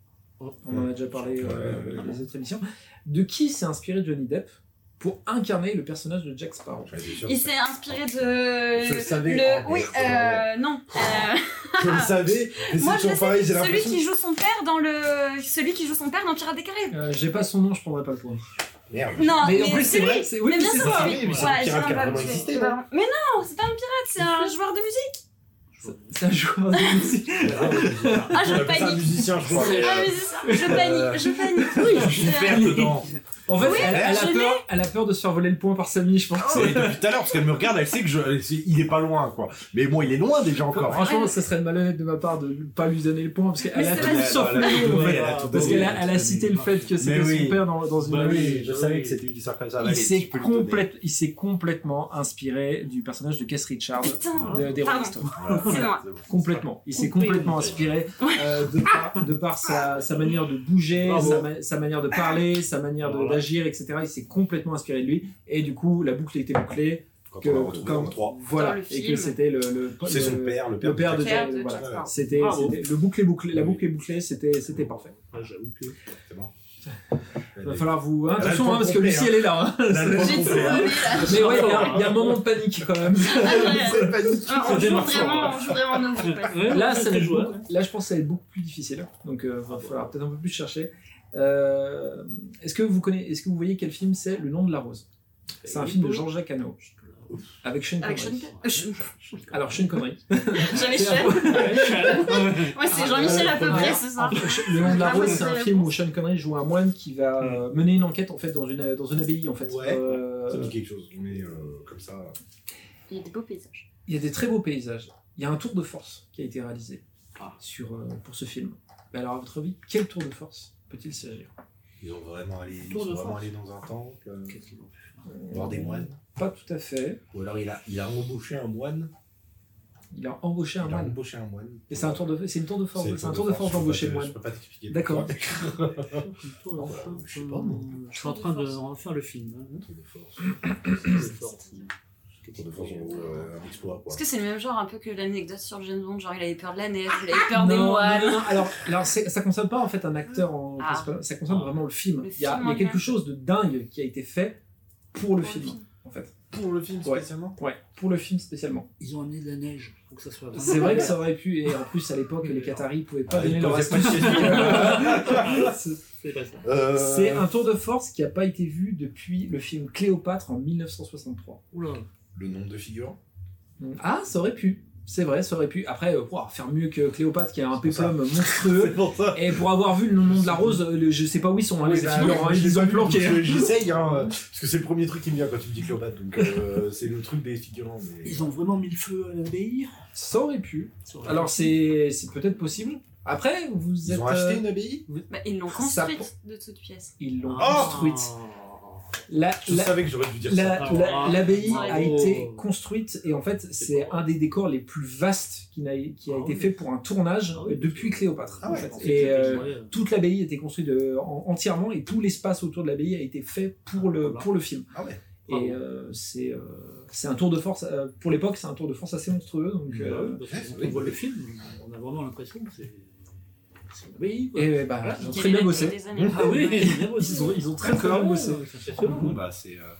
On en a déjà parlé euh, les autres émissions. De qui s'est inspiré Johnny Depp pour incarner le personnage de Jack Sparrow? J'en étais sûr. Il s'est inspiré de. Je le savais. Le... Oh, Oui, merde. euh, non. Euh, Je le savais, mais Moi, c'est je le toujours pareil, j'ai sais. Celui l'impression. qui joue son père dans le. Celui qui joue son père dans Pirates des Caraïbes. Euh, J'ai pas son nom, je prendrai pas le point. Merde. Non, Mais mais, en plus, c'est lui. vrai, c'est- oui, mais mais bien c'est sûr, ça. oui. Oui, mais c'est Ouais, un j'ai pirate qui a pas vraiment tué. existé, C'est non pas- Mais non, c'est pas un pirate, c'est un joueur de musique. C'est un joueur de musique. Ah, je On appelle ça un panique. musicien, je crois. Ah, mais c'est ça. Je panique, je panique. Je suis faire dedans. En fait, Oui, elle, elle a je peur, elle a peur de se faire voler le point par Samy, je pense. C'est depuis tout à l'heure, parce qu'elle me regarde, elle sait que je, c'est- il est pas loin, quoi. Mais bon, il est loin déjà encore. Franchement, ça serait malhonnête de ma part de pas lui donner le point parce qu'elle Mais a c'est tout vrai. surflé, Elle a tout en donné, fait. elle a tout Parce donné. qu'elle a, elle a cité le fait que c'était Mais son oui. père dans, dans une. Bah oui. je savais que c'était une histoire comme ça. Il Allez, s'est tu peux lui donner. complète- il s'est complètement inspiré du personnage de Keith Richards Putain. de- des Rolling Pardon. Stones. Voilà, C'est moi. bon. Complètement. Il s'est Coupé, complètement coupé. inspiré euh, de par, de par sa, sa manière de bouger, Bravo. sa, ma- sa manière de parler, sa manière de- Voilà. d'agir, et cetera. Il s'est complètement inspiré de lui. Et du coup, la boucle était bouclée. Quand Que, on l'a retrouvé quand- en trois. voilà. Dans le Et que film. c'était le, le, C'est son le- père, le père, le père de Père Jack. de Voilà. Jack Sparrow. C'était, Bravo. c'était- le boucle est bouclé, la Oui. boucle est bouclée, c'était, c'était parfait. Ah, j'avoue que. C'est bon. Il va falloir vous. hein, Elle a le attention, point hein, parce que complet, Lucie, hein. elle est là. hein. Elle a le point J'ai tout complet, hein. donné là. Mais ouais, il y, a- il y a un moment de panique quand même. C'est panique. Ah, On joue vraiment, on joue vraiment nos groupes. Ouais, Là, ouais, ça va très être jouable. beaucoup- là, je pense que ça va être beaucoup plus difficile. Donc, il va falloir peut-être un peu plus chercher. Euh, est-ce que vous connaissez, est-ce que vous voyez quel film c'est Le Nom de la Rose? C'est un film de Jean-Jacques Hano avec Sean Avec Connery. Sean Connery. Alors Sean Connery. J'avais C'est Sean. un- Moi, c'est Jean-Michel à peu Ah, près, c'est ça. Le Nom de la Ah, moi, Rose, c'est c'est un la film réponse. où Sean Connery joue un moine qui va euh, mener une enquête en fait dans une dans une abbaye en fait. Ouais. Euh, Ça me dit quelque chose, mais euh, comme ça. Il y a des beaux paysages. Il y a des très beaux paysages. Il y a un tour de force qui a été réalisé Ah. sur, euh, pour ce film. Mais alors, à votre avis, quel tour de force peut-il s'agir? Ils ont vraiment allé, ils Tour sont de vraiment force. allés dans un temple, euh, Qu'est-ce qu'ils ont fait voir des moines. Pas tout à fait. Ou alors il a, il a embauché un moine. Il a embauché un Il a moine. embauché un moine. Et c'est un tour de, c'est une tour de force. C'est C'est un tour de force je peux d'embaucher pas le te- Je moine. peux pas t'expliquer. D'accord. Non, je sais pas, moi. Je suis en train de refaire le film. hein. Tour de force. C'est fort. Tour de force, euh, un exploit, quoi. Est-ce que c'est le même genre un peu que l'anecdote sur James Bond, genre il avait peur de la neige, il avait peur des Non, moines. non, non. Alors, alors c'est- ça concerne pas en fait un acteur en Ah. principal, ça concerne vraiment le film. Le il y a, film il y a en quelque lui-même. chose de dingue qui a été fait pour le Pour le film, film. en fait. Pour le film Ouais. spécialement. Ouais, pour le film spécialement. Ils ont amené de la neige pour que ça soit. C'est vrai que ça aurait pu, et en plus à l'époque les Qataris pouvaient pas Ah, donner ils leur posaient pas astuce. de C'est- C'est pas ça. Euh, C'est un tour de force qui n'a pas été vu depuis le film Cléopâtre en mille neuf cent soixante-trois. Oula. Le nombre de figurants. Ah, ça aurait pu. C'est vrai, ça aurait pu. Après, euh, pouvoir faire mieux que Cléopâtre qui a un C'est pour ça. péplum monstrueux. pour ça. Et pour avoir vu le nom de la rose, euh, le- je sais pas où ils sont, hein, les figurants, hein, ils les ont planqués. hein. J'essaye, hein, euh, parce que c'est le premier truc qui me vient quand tu me dis Cléopâtre, donc euh, c'est le truc des figurants. Mais... Ils ont vraiment mis le feu à l'abbaye. Ça aurait pu. Ça aurait Alors pu. c'est c'est peut-être possible. Après, vous Ils êtes. ont acheté euh, une abbaye. Bah, ils l'ont Ça construite de toutes pièces. Ils l'ont Ah. construite. La, Je la- savais que j'aurais dû dire la- ça. la- L'abbaye Bravo. a été construite et en fait c'est un des décors les plus vastes qui, n'a- qui a Ah été oui. fait pour un tournage Ah oui. depuis Cléopâtre. Ah en ouais, fait. en fait, Et euh, Ouais. toute l'abbaye a été construite de- en- entièrement et tout l'espace autour de l'abbaye a été fait pour le, Voilà. pour le film. Ah ouais. Bravo. Et euh, c'est euh, c'est un tour de force, euh, pour l'époque c'est un tour de force assez monstrueux. Donc, Bah euh, oui, parce que ouais, quand oui. on voit le film, on a vraiment l'impression que c'est. C'est une abbaye. quoi. et bah, Voilà. ils ont Quel très est bien la- bossé. des années. Ah oui, bien bossé. Ils ont, ils ont très très bien bossé. C'est impressionnant. Bon, bah c'est. euh,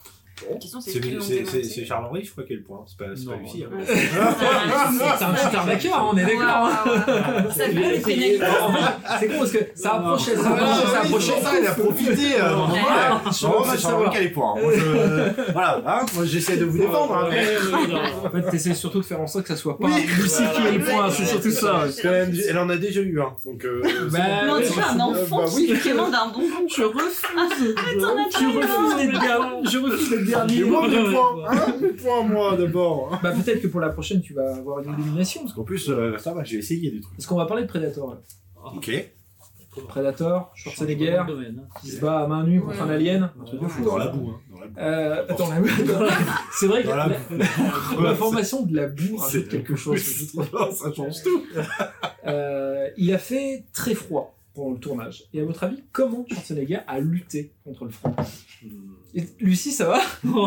La question, c'est C'est qui l'ont c'est- c'est- dénoncé. c'est Charles-Henri, je crois, qui est le point. C'est pas, c'est pas Non, Lucie. non. hein. C'est un petit arnaqueur, hein, on est d'accord. Ouais, ouais, ouais. Ça fait des pénalités. En fait, c'est con parce que ça approchait, ça approchait, ça approchait. ça, il a profité. euh, Non, vraiment, non, ouais. je Non, veux c'est pas Charles-Henri savoir. qui a les points. Moi, je- Voilà, hein, moi j'essaie de vous défendre. hein, mais- En fait, t'essaies surtout de faire en sorte que ça soit pas Oui. Lucie qui ait le point, c'est surtout ça. Quand même, elle en a déjà eu un. Donc, euh, c'est Bah, Non, oui, tu es un bah enfant oui. qui commande un bonbon. Je refuse. t'en as Je refuse d'être dernier. Je refuse d'être dernier. Et moi, mes points. Hein, mes points, moi, d'abord. Bah peut-être que pour la prochaine tu vas avoir une illumination. Parce qu'en plus, euh, ça va, j'ai essayé des trucs. Parce qu'on va parler de Predator. Là. Ok. Predator, Schwarzenegger, Dans le domaine, hein. qui se bat à main nue contre Ouais. un alien. Un truc de fou. Dans hein. la boue. Hein. Dans la boue. Euh, attends, la boue. C'est vrai que Dans la la, boue. la formation de la boue C'est rajoute quelque chose. je trouve. Ça change tout. Euh, il a fait très froid pendant le tournage. Et à votre avis, comment Schwarzenegger a lutté contre le froid? Et Lucie, ça va?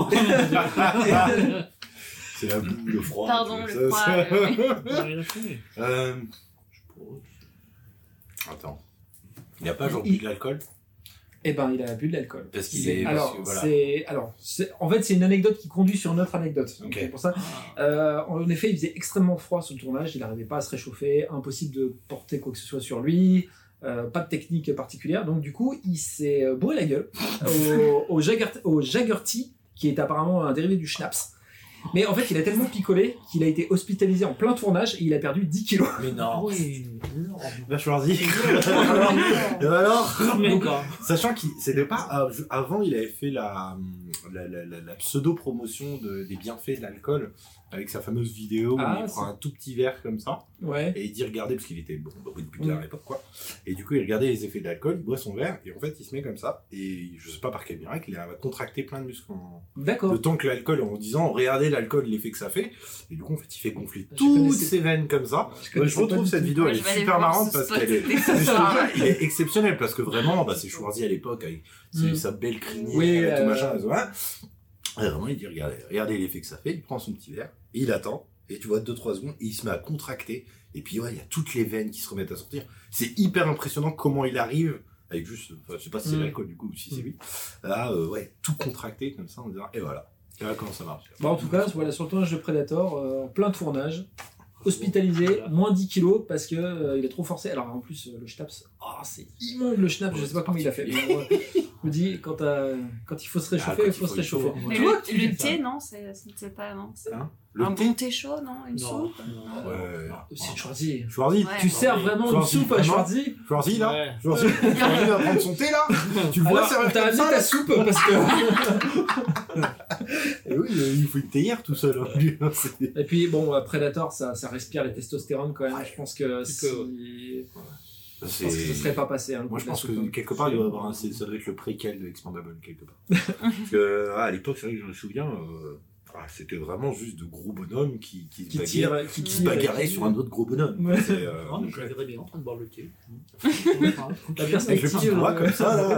C'est la boue, le froid. Pardon, ça, le froid. ça- euh, oui. Rien à faire. Euh... Attends. Il n'y a pas genre bu de l'alcool? Eh ben, il a bu de l'alcool. Parce qu'il C'est- est- Alors, parce que voilà. c'est, alors, c'est, en fait, c'est une anecdote qui conduit sur une autre anecdote. Donc, Ok. c'est pour ça. Euh, en effet, il faisait extrêmement froid sur le tournage. Il n'arrivait pas à se réchauffer. Impossible de porter quoi que ce soit sur lui. Euh, pas de technique particulière. Donc, du coup, il s'est euh, bourré la gueule au, au, Jagger, au Jagger Tea, qui est apparemment un dérivé du schnapps. Mais en fait, il a tellement picolé qu'il a été hospitalisé en plein tournage et il a perdu dix kilos. Mais non. Oui, énorme. Va choisir. Et alors Mais Donc, quoi. Sachant qu'il c'était pas av- avant il avait fait la la, la, la, la pseudo promotion de, des bienfaits de l'alcool avec sa fameuse vidéo Ah, où il c'est- prend un tout petit verre comme ça Ouais. et il dit regardez parce qu'il était bon bourré de pute Oui. à l'époque quoi et du coup il regardait les effets de l'alcool, il boit son verre et en fait il se met comme ça et je sais pas par quel miracle il a contracté plein de muscles en... D'accord. le temps que l'alcool en disant regardez l'alcool l'effet que ça fait et du coup en fait il fait gonfler Je toutes connaissais- ses veines comme ça. Je Ouais, connaissais je retrouve pas du cette tout. vidéo, Ouais, elle je vais est aller super voir marrante ce parce spot qu'elle est, dès ce mais je te soir. jure, il est exceptionnel parce que vraiment, bah, c'est Schwarzy à l'époque avec ses- Mm. sa belle crinière Oui, et tout euh, machin. Et tout, hein. Et vraiment, il dit regardez, regardez l'effet que ça fait. Il prend son petit verre, et il attend, et tu vois deux trois secondes, et il se met à contracter. Et puis ouais, il y a toutes les veines qui se remettent à sortir. C'est hyper impressionnant comment il arrive avec juste, enfin, je sais pas si c'est Mm. l'alcool du coup ou si c'est lui, à euh, ouais tout contracter comme ça en disant et voilà, et voilà comment ça marche. Bah, en tout cas, voilà, sur le tournage de Predator, euh, en plein tournage, hospitalisé, moins dix kilos parce que euh, il a trop forcé. Alors en plus, euh, le schnapps, oh, c'est immonde le schnapps, je sais pas comment il a fait. Mais, euh, je me dis, quand, t'as- quand il faut se réchauffer, Ah, quand il faut se réchauffer. il faut, Mais Tu vois, le, le thé, non, c'est c'est pas. Non, c'est Hein un le thé, bon thé chaud, non? Une Non. soupe? Non. ouais. c'est Schwarzy. Schwarzy, Ouais. Tu sers vraiment une Schwarzy, soupe à vraiment Schwarzy. Schwarzy là, Ouais. Schwarzy, Schwarzy va prendre son thé là. Tu le vois Alors, servir t'as comme amené ça ta là. soupe parce que. Et oui, euh, il faut une théière tout seul. hein, lui, hein, c'est- Et puis bon, euh, Predator, ça, ça respire la testostérone quand même. Ouais. Je pense que Tu si... peux, je c'est- pense que ce serait pas passé. Hein, le Moi, coup je de la pense soupe, que hein. quelque part, il doit y avoir un, c'est- ça doit être le préquel de Expandable, quelque part. Parce que, ah, à l'époque, c'est vrai que je me souviens, euh, ah, c'était vraiment juste de gros bonhommes qui, qui, se Qui bagarraient- tire, qui qui se tire, bagarraient qui- sur un autre gros bonhomme. Ouais. C'est, euh, Ah, mais donc, je le verrais bien en train de boire le thé. La avec le petit perspective. doigt euh, comme ça, là.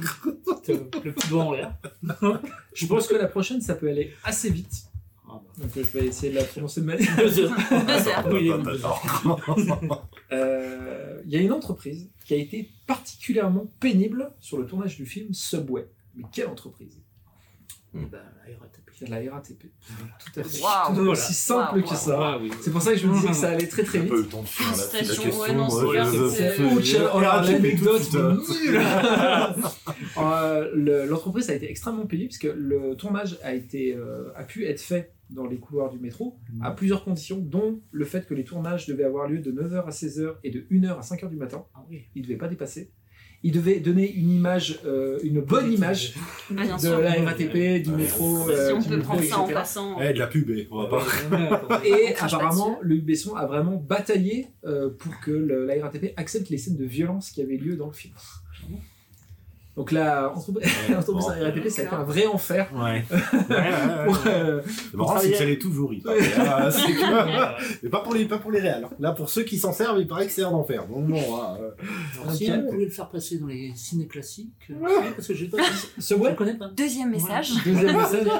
Le petit doigt en l'air. Je pense que la prochaine, ça peut aller assez vite. Ah, bah. Donc euh, je vais essayer de la prononcer de manière. Deux heures. Deux heures. Oui, Attends, attends, attends. Euh, Il y a une entreprise qui a été particulièrement pénible sur le tournage du film Subway. Mais quelle entreprise? Ben, la R A T P. C'est la R A T P. Tout à fait. Waouh. Tout Voilà. aussi simple Waouh, que waouh. ça. Ah, oui. C'est pour ça que je me disais que ça allait très très J'ai vite. pas eu le temps de finir la, la Station, question. ouais, non, moi, c'est- je- c'est- je- Oh, je- tiens, oh, R A T P tout de l'anecdote suite, nulle. hein. Euh, le- L'entreprise a été extrêmement pénible puisque le tournage a, été, euh, a pu être fait dans les couloirs du métro à plusieurs conditions, dont le fait que les tournages devaient avoir lieu de neuf heures à seize heures et de une heure à cinq heures du matin. Ah oui. Ils ne devaient pas dépasser. Ils devaient donner une image, euh, une bonne image Bah, bien de sûr. la R A T P, du métro, Si euh, on du peut métro, prendre ça en et cetera. passant. Eh, de la pub, eh, on va pas. Et On crache pas apparemment, Luc Besson a vraiment bataillé euh, pour que le- la R A T P accepte les scènes de violence qui avaient lieu dans le film. Donc la entreprise l'entreprise de la R A T P, ça a été un vrai enfer. Ouais. Ouais, ouais, ouais. Pour, euh, Le marrant, c'est que ça l'est toujours. Il paraît. Ah, c'est que- Mais pas pour les, pas pour les réals. Là, pour ceux qui s'en servent, il paraît que c'est un enfer. Donc bon, hein, euh, Alors, si Ok. vous pouvez le faire passer dans les ciné classiques, euh, parce que j'ai pas. ce Je web, le connais pas. Deuxième message. deuxième message.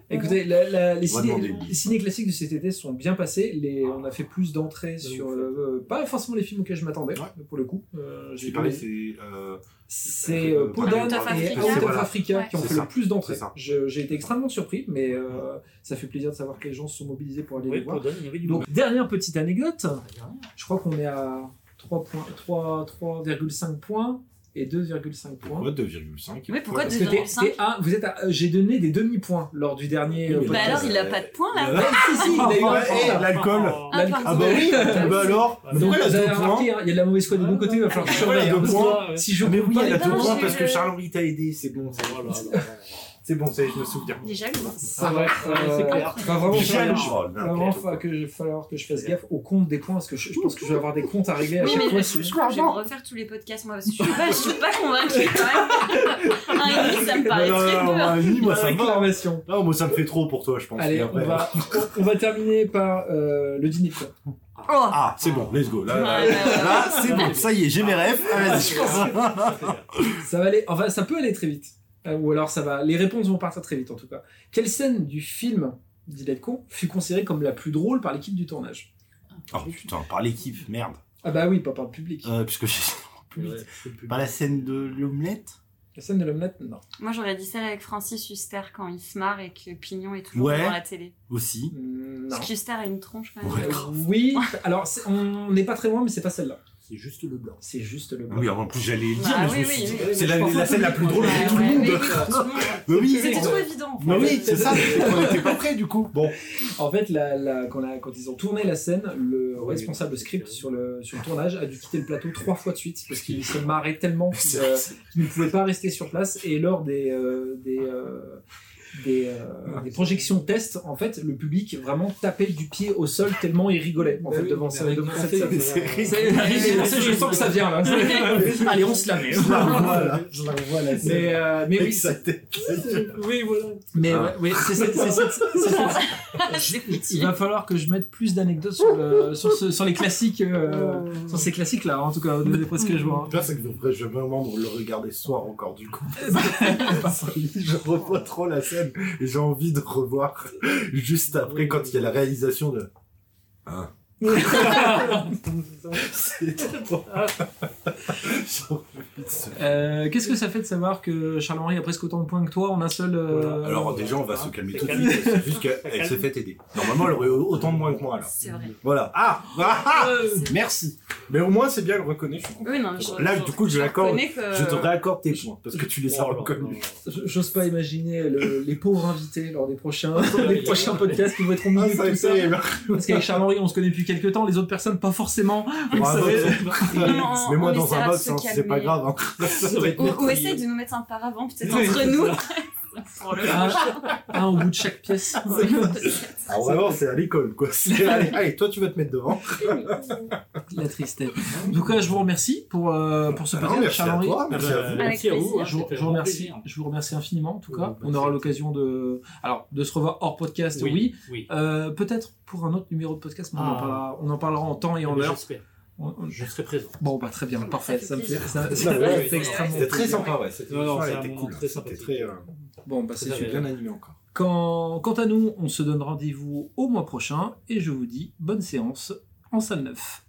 Écoutez, la, la, les, On va ciné, demander une les ciné classiques de cet été sont bien passés. Les, on a fait plus d'entrées sur euh, pas forcément les films auxquels je m'attendais, Ouais. pour le coup. Euh, J'ai j'ai parlé, pas- c'est. euh, C'est euh, Podon Out of et Africa. Out of Voilà. Africa qui ont C'est fait ça. le plus d'entrées. C'est ça. Je- J'ai été extrêmement surpris, mais euh, ça fait plaisir de savoir que les gens se sont mobilisés pour aller Oui, les voir. pour donner, il y avait du Donc, monde. dernière petite anecdote. Je crois qu'on est à trois virgule cinq points et deux virgule cinq points. Pourquoi deux virgule cinq? Oui, pourquoi Parce que t'es- deux virgule cinq? t'es à- vous êtes à- euh, j'ai donné des demi-points lors du dernier euh, Oui, mais Bah podcast. alors, il a pas de points là. Ouais, si, si, il a eu un Ouais, point, et là. l'alcool. Ah, l'alcool. pardon. Ah bah oui, bah alors. Donc Pourquoi elle vous a avez deux remarqué, points hein, il y a de la mauvaise foi des deux côtés, il va falloir que je Pourquoi elle a surveille. deux hein, points parce que Si je Ah, mais compte oui, pas elle a les deux Non, points j'ai parce eu que le- Charles-Henri t'a aidé, c'est bon, c'est bon. C'est bon, ça y est, je me souviens. Il est jaloux. ça va être, Ouais, c'est euh, clair. va vraiment Jaloux. falloir- va vraiment falloir que je, falloir que je fasse gaffe au compte des points parce que je, je pense que je vais avoir des comptes à régler à Oui, chaque mais fois. je, je crois que je vais me refaire tous les podcasts moi parce que je suis pas, je suis pas convaincue quand même. Un et demi, ça me paraît Non, très non, peu. non, un et demi, moi ça va. Réclamation. Non, moi ça me fait trop pour toi, je pense. Allez, Et on après- va, on va terminer par euh, le dîner de con. Oh. Ah, c'est bon, let's go. Là, là, Ouais, ouais, ouais. là, c'est bon, ça y est, j'ai mes rêves. Ah, vas-y. Ça va aller, enfin, ça peut aller très vite. Euh, ou alors ça va, les réponses vont partir très vite en tout cas. Quelle scène du film Dîner de con fut considérée comme la plus drôle par l'équipe du tournage? Oh putain, par l'équipe, merde. Ah bah oui, pas par le public. Euh, puisque j'ai. Ouais, c'est plus- Par la scène de l'omelette. La scène de l'omelette, non. Moi j'aurais dit celle avec Francis Huster quand il se marre et que Pignon est toujours Ouais. devant la télé. Aussi. Mm, Non. Parce qu'Huster a une tronche quand même. Ouais. Euh, oui, alors c'est- on n'est pas très loin, mais c'est pas celle-là. C'est juste le blanc. C'est juste le Oui, en plus j'allais le dire, Bah mais je oui, me oui, suis dit, oui. c'est la, la scène la plus drôle Ouais, de tout le ouais, monde. oui, oui, pour tout le monde. Mais oui, C'était c'est trop évident. Mais oui, c'est ça, c'est qu'on n'était pas prêts du coup. Bon. En fait, la, la- quand, la- quand ils ont tourné la scène, le Oui, responsable oui. script sur le, sur le tournage a dû quitter le plateau trois fois de suite parce qu'il se marrait tellement qu'il euh, qu'il ne pouvait pas rester sur place. Et lors des, euh, des, euh, des, euh, des projections test, en fait, le public vraiment tapait du pied au sol tellement il rigolait en Bah fait, oui, devant, mais ça, avec devant la cette télé, scène. c'est- C'est- c'est- Je sens que ça vient là. Allez, on se la met. Je la revois là. Je la revois la scène. Mais, euh, mais oui, Avec sa tête. Oui, voilà. mais Ah. ouais, oui, c'est cette- c'est cette- c'est cette- C'est Il petit. va falloir que je mette plus d'anecdotes sur, le- sur, ce- sur les classiques, euh, sur ces classiques là, en tout cas, d'après ce que je vois. Le pire, c'est que je vais vraiment le regarder ce soir encore du coup. Parce que je revois trop la scène et j'ai envie de revoir juste après quand il y a la réalisation de. Hein. C'est trop. J'ai envie de se- Euh, Qu'est-ce que ça fait de savoir que Charles-Henri a presque autant de points que toi en un seul. euh, Alors déjà, on va se calmer C'est tout de calme. suite. C'est juste qu'elle s'est fait aider. Normalement, elle aurait autant de moins que moi alors. C'est vrai. Voilà. Ah, ah, ah euh, Merci. Mais au moins, c'est bien, elle le reconnaît. Je suis content. Oui, non, mais je, Là, je- du coup, je je l'accorde. reconnais que... Je te réaccorde tes points parce que tu les as Oh là reconnus. là. J'ose pas imaginer le- les pauvres invités lors des prochains, des prochains podcasts qui vont être au milieu Ah, de ça a tout été ça. terrible. Parce qu'avec Charles-Henri, on se connaît depuis quelques temps, les autres personnes pas forcément. Vous Ah, savez. non, on- Mets-moi on dans essaiera un de box, se hein, c'est pas calmer. grave. hein. Ou, ou essaye de nous mettre un paravent peut-être Oui, entre c'est nous. ça. Pour le Un, un au bout de chaque pièce. Alors vraiment, c'est à l'école, quoi. C'est, allez, allez, toi, tu vas te mettre devant. La tristesse. En tout cas, je vous remercie pour, euh, pour ce Ah non, podcast, merci à Charles-Henri. toi, merci à vous. Merci à vous. plaisir. hein, Je vous, c'était je vous un remercie, plaisir. je vous remercie infiniment en tout Oui, cas. bah, On aura c'est- l'occasion de, alors, de se revoir hors podcast, oui. Oui, oui. Euh, peut-être pour un autre numéro de podcast, mais on, en Ah. parlera, on en parlera en temps et en Mais heure. J'espère. On- on- Je serai présent. Bon, bah très bien, parfait. fait Ça me fait, plaisir. ça, Ouais, ça me ouais, fait ouais, extrêmement C'était très plaisir. sympa, ouais. Cette Non, non, émission, c'est elle un était moment cool. très C'était sympathique. très, euh, Bon, bah c'est Très super. bien animé encore. Quand, quant à nous, on se donne rendez-vous au mois prochain et je vous dis bonne séance en salle neuf.